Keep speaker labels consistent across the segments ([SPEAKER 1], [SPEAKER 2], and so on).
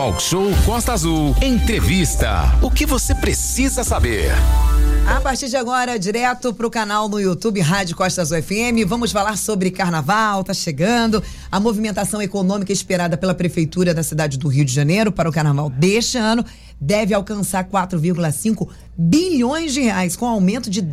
[SPEAKER 1] Talk Show Costa Azul. Entrevista. O que você precisa saber?
[SPEAKER 2] A partir de agora, direto pro canal no YouTube Rádio Costa Azul FM, vamos falar sobre carnaval, tá chegando, a movimentação econômica esperada pela Prefeitura da cidade do Rio de Janeiro para o carnaval deste ano deve alcançar 4,5 bilhões de reais, com aumento de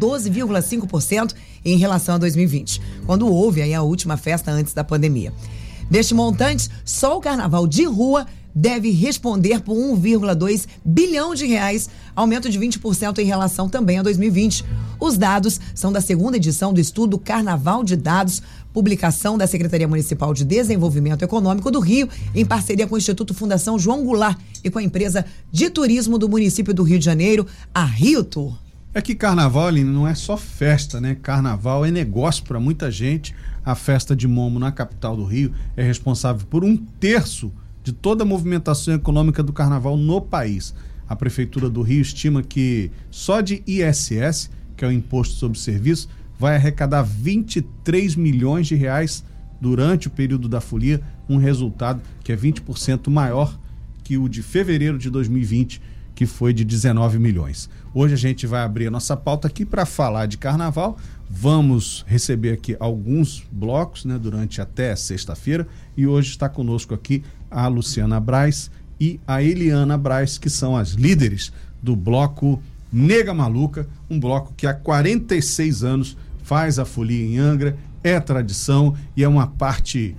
[SPEAKER 2] 12,5% em relação a 2020, quando houve aí a última festa antes da pandemia. Deste montante, só o carnaval de rua deve responder por 1,2 bilhão de reais, aumento de 20% em relação também a 2020. Os dados são da segunda edição do estudo Carnaval de Dados, publicação da Secretaria Municipal de Desenvolvimento Econômico do Rio, em parceria com o Instituto Fundação João Goulart e com a empresa de turismo do município do Rio de Janeiro, a Rio Tour.
[SPEAKER 3] É que carnaval, Aline, não é só festa, né? Carnaval é negócio para muita gente. A festa de Momo na capital do Rio é responsável por 1/3 de toda a movimentação econômica do carnaval no país. A Prefeitura do Rio estima que só de ISS, que é o Imposto sobre Serviço, vai arrecadar 23 milhões de reais durante o período da folia, um resultado que é 20% maior que o de fevereiro de 2020, que foi de 19 milhões. Hoje a gente vai abrir a nossa pauta aqui para falar de carnaval. Vamos receber aqui alguns blocos, né, durante até sexta-feira, e hoje está conosco aqui a Luciana Braz e a Eliana Braz, que são as líderes do bloco Nega Maluca, um bloco que há 46 anos faz a folia em Angra, é tradição e é uma parte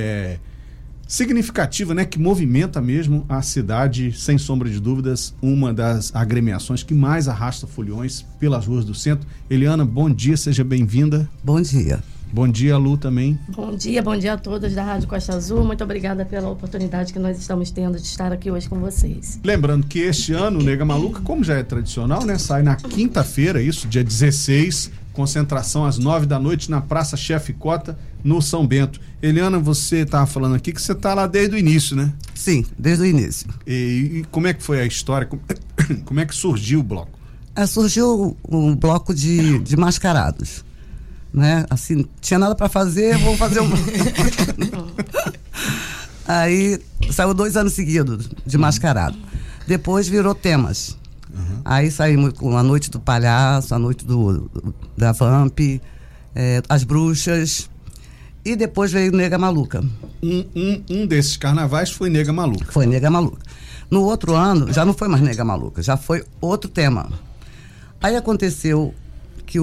[SPEAKER 3] significativa, né, que movimenta mesmo a cidade, sem sombra de dúvidas, uma das agremiações que mais arrasta foliões pelas ruas do centro. Eliana, bom dia, seja bem-vinda.
[SPEAKER 4] Bom dia.
[SPEAKER 3] Bom dia, Lu, também.
[SPEAKER 5] Bom dia a todos da Rádio Costa Azul. Muito obrigada pela oportunidade que nós estamos tendo de estar aqui hoje com vocês.
[SPEAKER 3] Lembrando que este ano o Nega Maluca, como já é tradicional, né, sai na quinta-feira, isso, dia 16, concentração às 9 da noite na Praça Chefe Cota, no São Bento. Eliana, você estava falando aqui que você está lá desde o início, né?
[SPEAKER 4] Sim, desde o início.
[SPEAKER 3] E como é que foi a história? Como é que surgiu o bloco?
[SPEAKER 4] Surgiu um bloco de mascarados, né? Assim, tinha nada para fazer, vou fazer um... Aí saiu 2 anos seguidos de mascarado. Depois virou temas. Aí saímos com a Noite do Palhaço, a Noite da Vamp, as Bruxas, e depois veio Nega Maluca.
[SPEAKER 3] Um desses carnavais foi Nega Maluca.
[SPEAKER 4] Foi Nega Maluca. No outro ano, já não foi mais Nega Maluca, já foi outro tema. Aí aconteceu que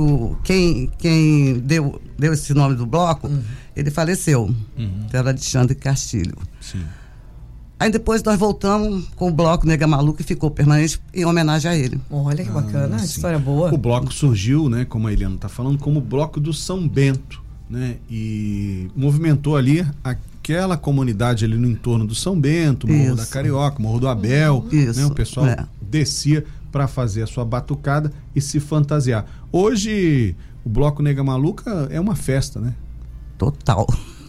[SPEAKER 4] quem deu esse nome do bloco, ele faleceu, que era Alexandre Castilho.
[SPEAKER 3] Sim.
[SPEAKER 4] Aí depois nós voltamos com o bloco Nega Maluca e ficou permanente em homenagem a ele.
[SPEAKER 2] Olha que bacana, história boa.
[SPEAKER 3] O bloco surgiu, né, como a Eliana está falando, como o bloco do São Bento, né, e movimentou ali aquela comunidade ali no entorno do São Bento, Morro da Carioca, Morro do Abel, né, o pessoal descia para fazer a sua batucada e se fantasiar. Hoje o bloco Nega Maluca é uma festa, né?
[SPEAKER 4] Total.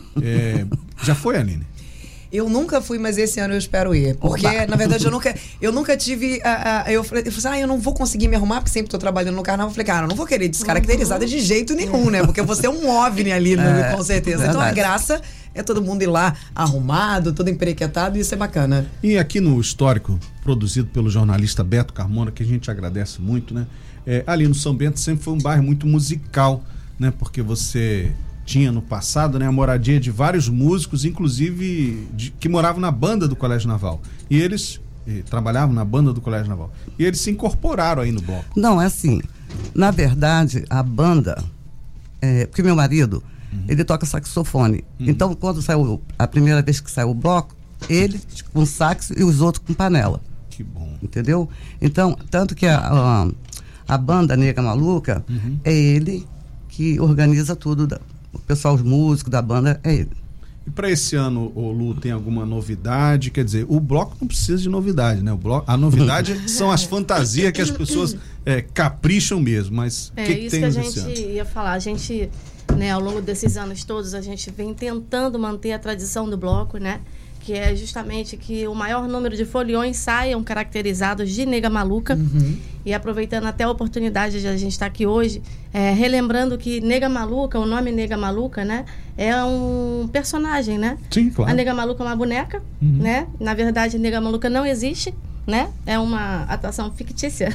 [SPEAKER 3] Já foi, Aline?
[SPEAKER 2] Eu nunca fui, mas esse ano eu espero ir. Porque, na verdade, eu nunca tive... Eu falei assim, eu não vou conseguir me arrumar, porque sempre tô trabalhando no carnaval. Eu falei, cara, eu não vou querer descaracterizada de jeito nenhum, né? Porque eu vou ser um OVNI ali, né, com certeza. Então, a graça é todo mundo ir lá arrumado, todo emperequetado, e isso é bacana.
[SPEAKER 3] E aqui no histórico, produzido pelo jornalista Beto Carmona, que a gente agradece muito, né? Ali no São Bento sempre foi um bairro muito musical, né? Porque você... tinha no passado, né, a moradia de vários músicos, inclusive que moravam na banda do Colégio Naval. E eles trabalhavam na banda do Colégio Naval. E eles se incorporaram aí no bloco.
[SPEAKER 4] Não, é assim. Na verdade, a banda... porque meu marido, ele toca saxofone. Então, quando saiu a primeira vez que saiu o bloco, ele com sax e os outros com panela.
[SPEAKER 3] Que bom.
[SPEAKER 4] Entendeu? Então, tanto que a banda Nega Maluca, é ele que organiza tudo. O pessoal, os músicos da banda, é ele.
[SPEAKER 3] E para esse ano, Lu, tem alguma novidade? Quer dizer, o bloco não precisa de novidade, né? A novidade são as fantasias que as pessoas capricham mesmo, mas o que
[SPEAKER 5] isso
[SPEAKER 3] tem
[SPEAKER 5] que a
[SPEAKER 3] esse
[SPEAKER 5] gente
[SPEAKER 3] ano?
[SPEAKER 5] ia falar. A gente, né, ao longo desses anos todos, a gente vem tentando manter a tradição do bloco, né? que é justamente que o maior número de foliões saiam caracterizados de nega maluca. E aproveitando até a oportunidade de a gente estar aqui hoje, relembrando que nega maluca, o nome nega maluca, né, é um personagem, né?
[SPEAKER 3] Sim, claro.
[SPEAKER 5] A nega maluca é uma boneca, né? Na verdade, a nega maluca não existe, né? É uma atuação fictícia.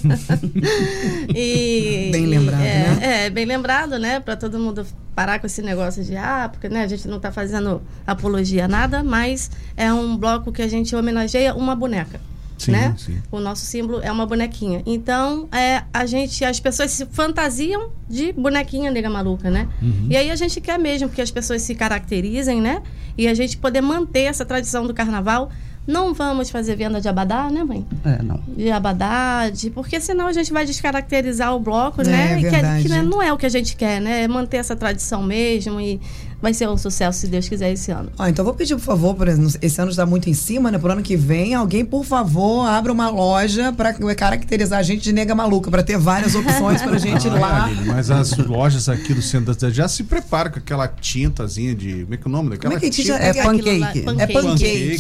[SPEAKER 5] E,
[SPEAKER 2] bem lembrado, né?
[SPEAKER 5] Bem lembrado, né? Para todo mundo parar com esse negócio de porque, né, a gente não está fazendo apologia a nada, mas é um bloco que a gente homenageia uma boneca.
[SPEAKER 3] Sim,
[SPEAKER 5] né?
[SPEAKER 3] sim.
[SPEAKER 5] O nosso símbolo é uma bonequinha. Então, as pessoas se fantasiam de bonequinha nega maluca, né? E aí a gente quer mesmo que as pessoas se caracterizem, né? E a gente poder manter essa tradição do carnaval. Não vamos fazer venda de abadá, né, mãe?
[SPEAKER 4] Não.
[SPEAKER 5] De abadá, porque senão a gente vai descaracterizar o bloco, né?
[SPEAKER 2] Verdade.
[SPEAKER 5] Que não é o que a gente quer, né? É manter essa tradição mesmo e vai ser um sucesso, se Deus quiser, esse ano.
[SPEAKER 2] Então vou pedir, por favor, esse ano está muito em cima, né? Pro ano que vem, alguém, por favor, abra uma loja para caracterizar a gente de nega maluca, para ter várias opções pra gente ir lá.
[SPEAKER 3] Mas as lojas aqui do centro da cidade já se preparam com aquela tintazinha de... Como é que é o nome daquela tinta?
[SPEAKER 4] É pancake.
[SPEAKER 2] É pancake.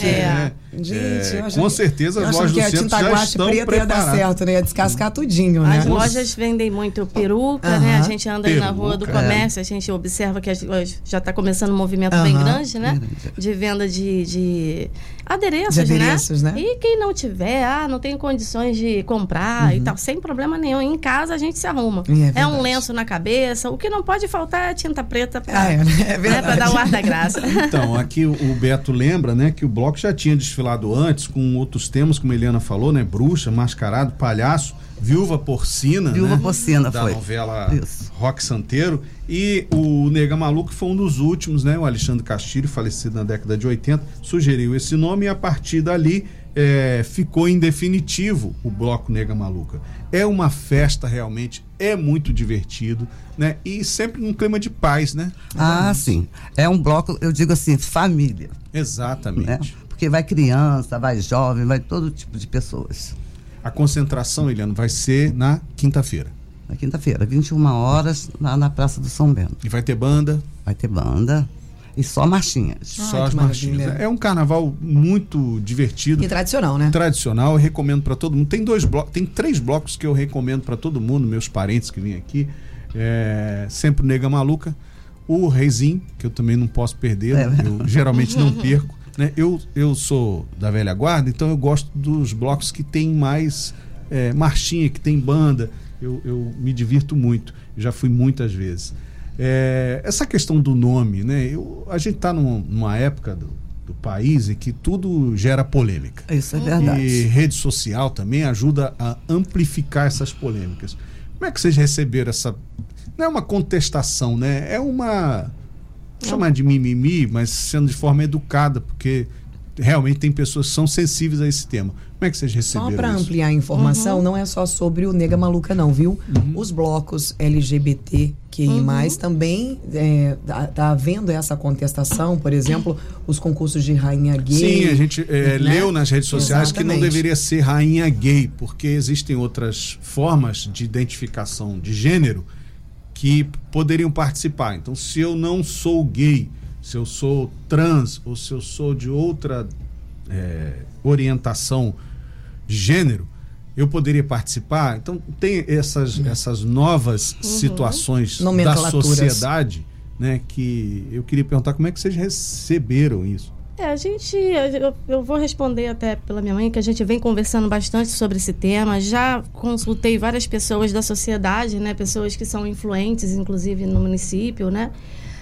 [SPEAKER 3] Gente, com certeza as lojas do centro já estão
[SPEAKER 2] preta
[SPEAKER 3] preparadas.
[SPEAKER 2] Ia dar certo, né? Ia descascar tudinho, né?
[SPEAKER 5] As lojas vendem muito peruca, né? A gente anda aí na rua do comércio, a gente observa que as lojas já está começando um movimento bem grande, né? De venda de adereços, né? E quem não tiver, não tem condições de comprar e tal, sem problema nenhum. Em casa a gente se arruma. É um lenço na cabeça. O que não pode faltar é tinta preta para dar o ar da graça.
[SPEAKER 3] Então, aqui o Beto lembra, né, que o bloco já tinha desfilado antes com outros temas, como a Eliana falou, né? Bruxa, mascarado, palhaço, viúva porcina, da novela Roque Santeiro. E o Nega Maluca foi um dos últimos, né? O Alexandre Castilho, falecido na década de 80, sugeriu esse nome e a partir dali ficou em definitivo o bloco Nega Maluca. É uma festa realmente, é muito divertido, né? E sempre num clima de paz, né?
[SPEAKER 4] Sim. É um bloco, eu digo assim, família.
[SPEAKER 3] Exatamente.
[SPEAKER 4] Né? Porque vai criança, vai jovem, vai todo tipo de pessoas.
[SPEAKER 3] A concentração, Eliana, vai ser na quinta-feira.
[SPEAKER 4] Na quinta-feira, 21 horas, lá na Praça do São Bento.
[SPEAKER 3] E vai ter banda?
[SPEAKER 4] Vai ter banda e só marchinhas.
[SPEAKER 3] Só as marchinhas. É um carnaval muito divertido.
[SPEAKER 2] E tradicional, né?
[SPEAKER 3] Tradicional, eu recomendo para todo mundo. Tem 3 blocos que eu recomendo para todo mundo, meus parentes que vêm aqui. Sempre o Nega Maluca. O Reizinho, que eu também não posso perder, eu geralmente não perco. Né? Eu sou da velha guarda, então eu gosto dos blocos que tem mais marchinha, que tem banda. Eu me divirto muito, já fui muitas vezes. Essa questão do nome, né? A gente está numa época do país em que tudo gera polêmica.
[SPEAKER 4] Isso é verdade.
[SPEAKER 3] E rede social também ajuda a amplificar essas polêmicas. Como é que vocês receberam essa... Não é uma contestação, né? É uma... Vou chamar de mimimi, mas sendo de forma educada, porque realmente tem pessoas que são sensíveis a esse tema. Como é que vocês receberam isso?
[SPEAKER 2] Só para ampliar a informação, não é só sobre o Nega Maluca não, viu? Os blocos LGBTQI+, também tá havendo essa contestação, por exemplo, os concursos de rainha gay.
[SPEAKER 3] Sim, a gente leu nas redes sociais que não
[SPEAKER 2] Exatamente.
[SPEAKER 3] deveria ser rainha gay, porque existem outras formas de identificação de gênero que poderiam participar. Então, se eu não sou gay, se eu sou trans ou se eu sou de outra orientação de gênero, eu poderia participar. Então, tem essas novas situações da sociedade, né, que eu queria perguntar como é que vocês receberam isso.
[SPEAKER 5] Eu vou responder até pela minha mãe, que a gente vem conversando bastante sobre esse tema. Já consultei várias pessoas da sociedade, né? Pessoas que são influentes, inclusive no município, né?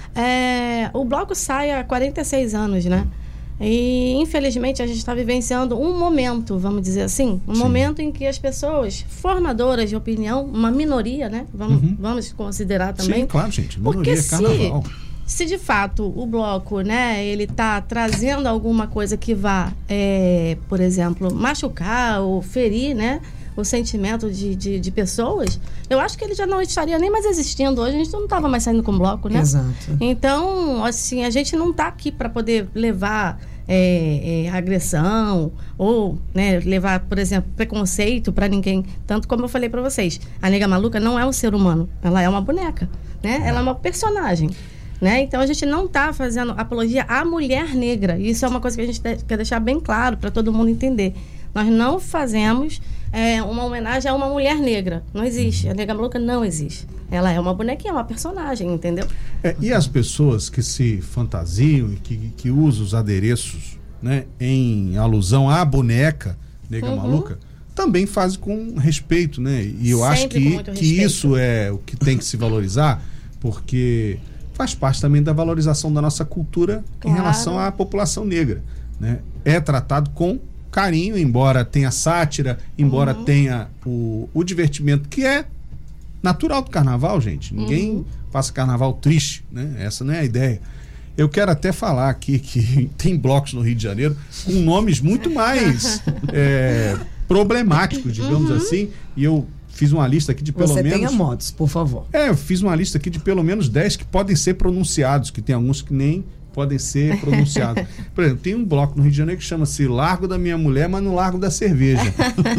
[SPEAKER 5] O bloco sai há 46 anos, né? E, infelizmente, a gente está vivenciando um momento, vamos dizer assim, momento em que as pessoas formadoras de opinião, uma minoria, né? Vamos considerar também.
[SPEAKER 3] Sim, claro, gente. Minoria é carnaval.
[SPEAKER 5] Se de fato o bloco, né, ele está trazendo alguma coisa que vá, por exemplo, machucar ou ferir, né, o sentimento de pessoas, eu acho que ele já não estaria nem mais existindo hoje, a gente não estava mais saindo com bloco, né?
[SPEAKER 2] Exato.
[SPEAKER 5] Então, assim, a gente não está aqui para poder levar agressão ou, né, levar, por exemplo, preconceito para ninguém. Tanto como eu falei para vocês, a Nega Maluca não é um ser humano, ela é uma boneca, né? Ela é uma personagem. né? Então a gente não está fazendo apologia à mulher negra. Isso é uma coisa que a gente quer deixar bem claro para todo mundo entender. Nós não fazemos uma homenagem a uma mulher negra. Não existe. A Nega Maluca não existe. Ela é uma bonequinha, uma personagem, entendeu?
[SPEAKER 3] E as pessoas que se fantasiam e que usam os adereços, né, em alusão à boneca Nega Maluca, também fazem com respeito, né? E eu acho que isso é o que tem que se valorizar, porque faz parte também da valorização da nossa cultura em relação à população negra, né? É tratado com carinho, embora tenha sátira, embora tenha o divertimento, que é natural do carnaval, gente. Ninguém passa carnaval triste, né? Essa não é a ideia. Eu quero até falar aqui que tem blocos no Rio de Janeiro com nomes muito mais problemáticos, digamos assim, e eu fiz uma lista aqui de pelo menos...
[SPEAKER 2] Você tenha modos, por favor.
[SPEAKER 3] Eu fiz uma lista aqui de pelo menos 10 que podem ser pronunciados, que tem alguns que nem podem ser pronunciados. Por exemplo, tem um bloco no Rio de Janeiro que chama-se Largo da Minha Mulher, mas no Largo da Cerveja.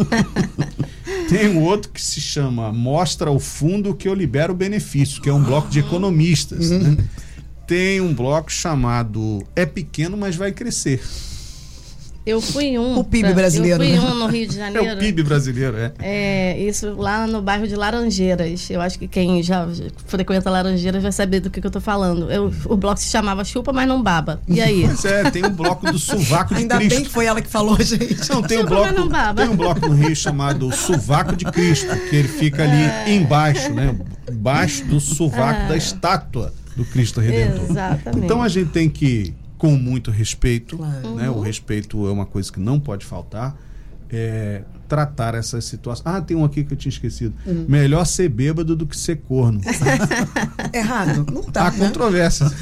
[SPEAKER 3] Tem um outro que se chama Mostra ao Fundo que eu libero o benefício, que é um bloco de economistas, né? Tem um bloco chamado É Pequeno, mas vai crescer.
[SPEAKER 5] Eu fui
[SPEAKER 2] o PIB brasileiro.
[SPEAKER 5] Eu fui no Rio de Janeiro.
[SPEAKER 3] É o PIB brasileiro,
[SPEAKER 5] isso lá no bairro de Laranjeiras. Eu acho que quem já frequenta Laranjeiras vai saber do que eu tô falando. O bloco se chamava Chupa, mas não baba. E aí?
[SPEAKER 3] Pois tem um bloco do Sovaco de
[SPEAKER 2] Ainda
[SPEAKER 3] Cristo.
[SPEAKER 2] bem que foi ela que falou, gente.
[SPEAKER 3] Não, tem um bloco no Rio chamado Sovaco de Cristo, que ele fica ali embaixo, né? Embaixo do sovaco da estátua do Cristo Redentor.
[SPEAKER 5] Exatamente.
[SPEAKER 3] Então a gente tem que, com muito respeito, né? O respeito é uma coisa que não pode faltar, tratar essas situações. Tem um aqui que eu tinha esquecido. Melhor ser bêbado do que ser corno.
[SPEAKER 2] Errado. Não tá,
[SPEAKER 3] Há controvérsias.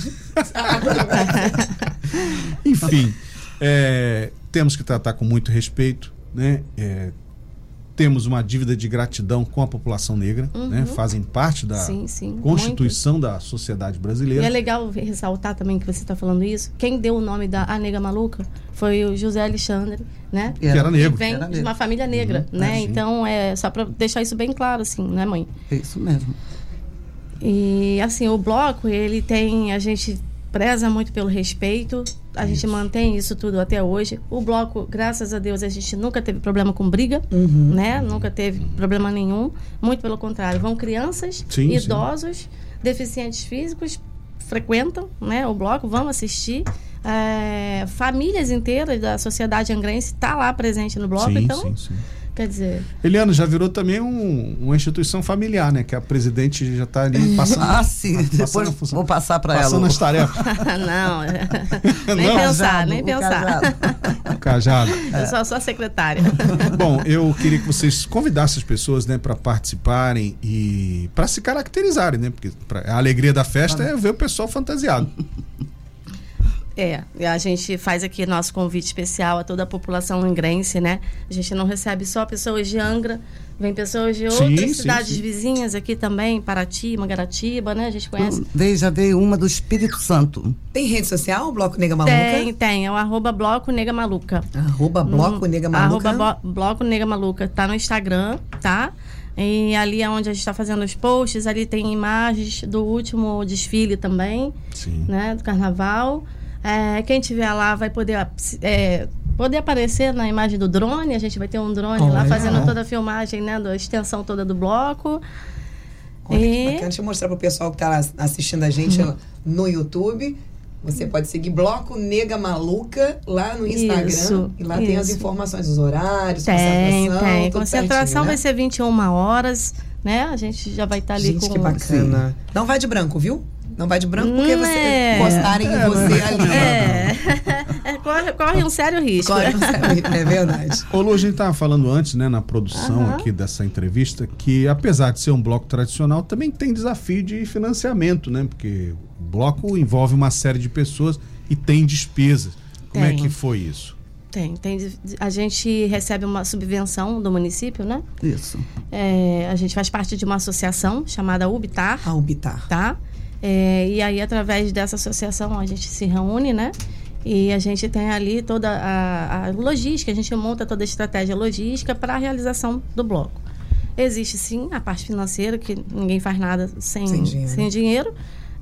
[SPEAKER 3] Enfim, temos que tratar com muito respeito, né? Temos uma dívida de gratidão com a população negra, né? Fazem parte da constituição da sociedade brasileira.
[SPEAKER 5] E é legal ressaltar também que você está falando isso. Quem deu o nome da Nega Maluca foi o José Alexandre, né?
[SPEAKER 3] Que era negro.
[SPEAKER 5] Vem de uma família negra, né? Então, só para deixar isso bem claro, assim, né, mãe?
[SPEAKER 4] É isso mesmo.
[SPEAKER 5] E, assim, o bloco, ele tem... A gente preza muito pelo respeito. A gente mantém isso tudo até hoje. O bloco, graças a Deus, a gente nunca teve problema com briga, né? Nunca teve problema nenhum. Muito pelo contrário. Vão crianças, idosos, deficientes físicos, frequentam, né, o bloco, vão assistir. Famílias inteiras da sociedade angrense tá lá presente no bloco. Então, quer dizer...
[SPEAKER 3] Eliana, já virou também uma instituição familiar, né? Que a presidente já está ali passando...
[SPEAKER 4] sim. Depois vou passar para ela.
[SPEAKER 3] Passando as tarefas.
[SPEAKER 5] Não, nem pensar, nem pensar.
[SPEAKER 3] O cajado.
[SPEAKER 5] Eu sou a sua secretária.
[SPEAKER 3] Bom, eu queria que vocês convidassem as pessoas, né, para participarem e para se caracterizarem, né? Porque a alegria da festa é ver o pessoal fantasiado.
[SPEAKER 5] A gente faz aqui nosso convite especial a toda a população angrense, né? A gente não recebe só pessoas de Angra, vem pessoas de outras cidades vizinhas aqui também, Paraty, Mangaratiba, né? A gente conhece.
[SPEAKER 4] Já veio uma do Espírito Santo.
[SPEAKER 2] Tem rede social, o Bloco Nega Maluca?
[SPEAKER 5] Tem. É o @Bloco Nega Maluca.
[SPEAKER 2] @Bloco Nega Maluca.
[SPEAKER 5] Bloco Nega Maluca. Tá no Instagram, tá? E ali é onde a gente está fazendo os posts, ali tem imagens do último desfile também, né? Do carnaval. Quem estiver lá vai poder aparecer na imagem do drone. A gente vai ter um drone lá fazendo toda a filmagem, né, da extensão toda do bloco.
[SPEAKER 2] Deixa eu mostrar para o pessoal que está assistindo a gente no YouTube. Você pode seguir Bloco Nega Maluca lá no Instagram. E lá tem as informações, os horários, concentração.
[SPEAKER 5] Concentração vai ser 21 horas, né? A gente já vai estar ali com...
[SPEAKER 2] que bacana. Não vai de branco, viu? Não vai de branco porque você postarem em você ali.
[SPEAKER 5] Corre um sério risco.
[SPEAKER 2] É verdade.
[SPEAKER 3] Ô Lu, a gente estava falando antes, né, na produção aqui dessa entrevista, que apesar de ser um bloco tradicional, também tem desafio de financiamento, né? Porque o bloco envolve uma série de pessoas e tem despesas. Como é que foi isso?
[SPEAKER 5] A gente recebe uma subvenção do município, né?
[SPEAKER 4] Isso.
[SPEAKER 5] A gente faz parte de uma associação chamada UBTAR.
[SPEAKER 2] A UBTAR.
[SPEAKER 5] Tá? E aí, através dessa associação, a gente se reúne, né? E a gente tem ali toda a logística, a gente monta toda a estratégia logística para a realização do bloco. Existe, sim, a parte financeira, que ninguém faz nada sem dinheiro.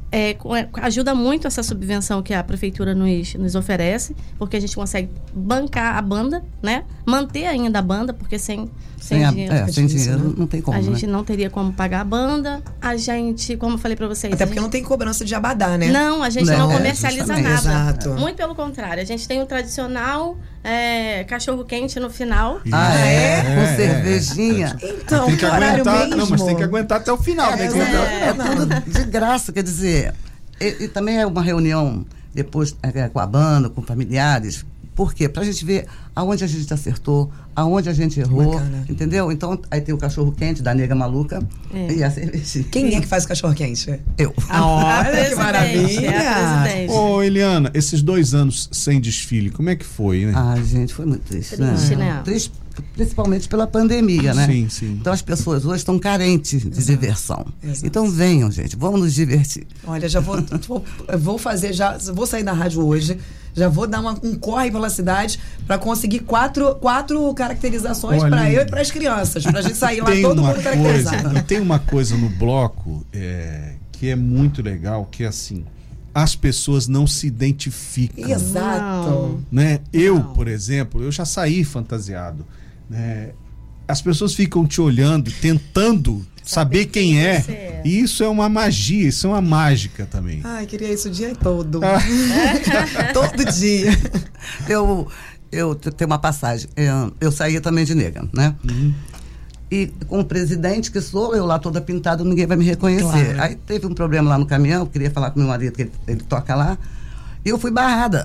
[SPEAKER 5] ajuda muito essa subvenção que a prefeitura nos oferece, porque a gente consegue bancar a banda, né? Manter ainda a banda, porque sem dinheiro,
[SPEAKER 4] sem dinheiro não tem como,
[SPEAKER 5] a gente não teria como pagar a banda. A gente, como eu falei pra vocês...
[SPEAKER 2] Até porque não tem cobrança de abadá, né?
[SPEAKER 5] Não, a gente não comercializa nada.
[SPEAKER 2] Exato.
[SPEAKER 5] Muito pelo contrário. A gente tem o tradicional cachorro-quente no final.
[SPEAKER 4] Com cervejinha.
[SPEAKER 2] Então,
[SPEAKER 3] Tem que
[SPEAKER 2] horário
[SPEAKER 3] aguentar,
[SPEAKER 2] mesmo.
[SPEAKER 3] não, mas tem que aguentar até o final. Né?
[SPEAKER 4] É tudo de graça, quer dizer. E também é uma reunião depois com a banda, com familiares. Por quê? Pra gente ver aonde a gente acertou, aonde a gente errou.
[SPEAKER 2] Bacana.
[SPEAKER 4] Entendeu? Então, aí tem o cachorro-quente da Nega Maluca e a cervejinha.
[SPEAKER 2] Quem é que faz o cachorro-quente?
[SPEAKER 4] Eu.
[SPEAKER 2] Olha que maravilha!
[SPEAKER 3] Ô, Eliana, esses 2 anos sem desfile, como é que foi, né?
[SPEAKER 4] Gente, foi muito triste,
[SPEAKER 5] Triste, né?
[SPEAKER 4] Triste, principalmente pela pandemia, né?
[SPEAKER 3] Sim, sim.
[SPEAKER 4] Então as pessoas hoje estão carentes de diversão.
[SPEAKER 2] Exato.
[SPEAKER 4] Então venham, gente, vamos nos divertir.
[SPEAKER 2] Olha, já vou fazer, vou sair da rádio hoje, já vou dar um corre pela cidade para conseguir quatro caracterizações para eu e para as crianças, pra gente sair lá todo mundo caracterizado.
[SPEAKER 3] E tem uma coisa no bloco que é muito legal, que é assim, as pessoas não se identificam.
[SPEAKER 2] Exato.
[SPEAKER 3] Né? Eu, por exemplo, eu já saí fantasiado. Né? As pessoas ficam te olhando, tentando saber quem é. E isso é uma magia, isso é uma mágica também.
[SPEAKER 2] Ai, queria isso o dia todo. Todo dia.
[SPEAKER 4] Eu tenho uma passagem. Eu saía também de nega, né? E com o presidente que sou, eu lá toda pintada, ninguém vai me reconhecer.
[SPEAKER 2] Claro.
[SPEAKER 4] Aí teve um problema lá no caminhão, eu queria falar com meu marido, que ele toca lá. E eu fui barrada.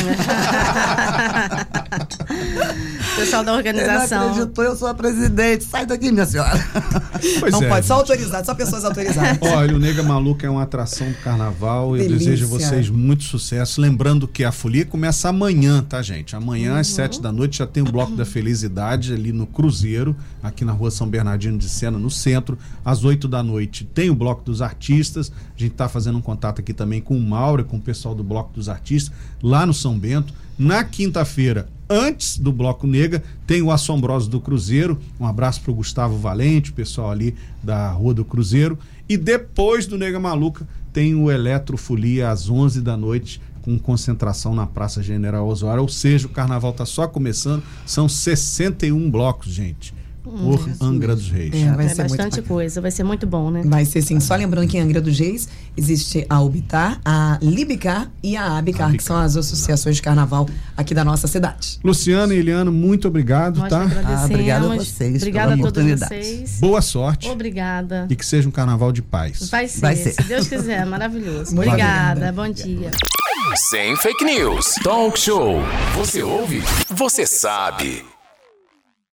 [SPEAKER 5] Pessoal da organização.
[SPEAKER 4] Ele não acreditou, eu sou a presidente. Sai daqui, minha senhora.
[SPEAKER 3] Pois
[SPEAKER 2] Não
[SPEAKER 3] é,
[SPEAKER 2] pode, só
[SPEAKER 3] gente.
[SPEAKER 2] autorizado, só pessoas autorizadas.
[SPEAKER 3] Olha, o Nega Maluca é uma atração do carnaval. Eu
[SPEAKER 2] Delícia.
[SPEAKER 3] desejo a vocês muito sucesso. Lembrando que a folia começa amanhã, tá, gente? Amanhã, às 7 da noite, já tem o Bloco da Felicidade ali no Cruzeiro, aqui na rua São Bernardino de Sena, no centro. Às 8 da noite tem o Bloco dos Artistas. A gente tá fazendo um contato aqui também com o Mauro, com o pessoal do Bloco dos Artistas, lá no São Bento. Na quinta-feira, antes do Bloco Nega, tem o Assombroso do Cruzeiro. Um abraço pro Gustavo Valente, o pessoal ali da Rua do Cruzeiro. E depois do Nega Maluca, tem o Eletrofolia às 11 da noite, com concentração na Praça General Osório. Ou seja, o carnaval tá só começando. São 61 blocos, gente, por Angra dos Reis.
[SPEAKER 2] Vai
[SPEAKER 5] É
[SPEAKER 2] ser muito
[SPEAKER 5] bastante
[SPEAKER 2] bacana.
[SPEAKER 5] coisa, vai ser muito bom, né?
[SPEAKER 2] Vai ser sim. Só lembrando que em Angra dos Reis existe a Ubitar, a Libicar e a Abicar, que são as associações de carnaval aqui da nossa cidade.
[SPEAKER 3] Luciana e Eliana, muito obrigado,
[SPEAKER 5] Nós
[SPEAKER 3] tá?
[SPEAKER 5] que agradecemos.
[SPEAKER 4] Obrigada a vocês
[SPEAKER 5] Obrigada a
[SPEAKER 4] pela
[SPEAKER 5] todos
[SPEAKER 4] oportunidade.
[SPEAKER 5] vocês.
[SPEAKER 3] Boa sorte.
[SPEAKER 5] Obrigada.
[SPEAKER 3] E que seja um carnaval de paz.
[SPEAKER 5] Vai ser,
[SPEAKER 4] Vai ser.
[SPEAKER 5] se Deus quiser, maravilhoso.
[SPEAKER 2] Muito
[SPEAKER 5] Obrigada, bom dia.
[SPEAKER 1] Sem fake news. Talk show. Você ouve? Você sabe.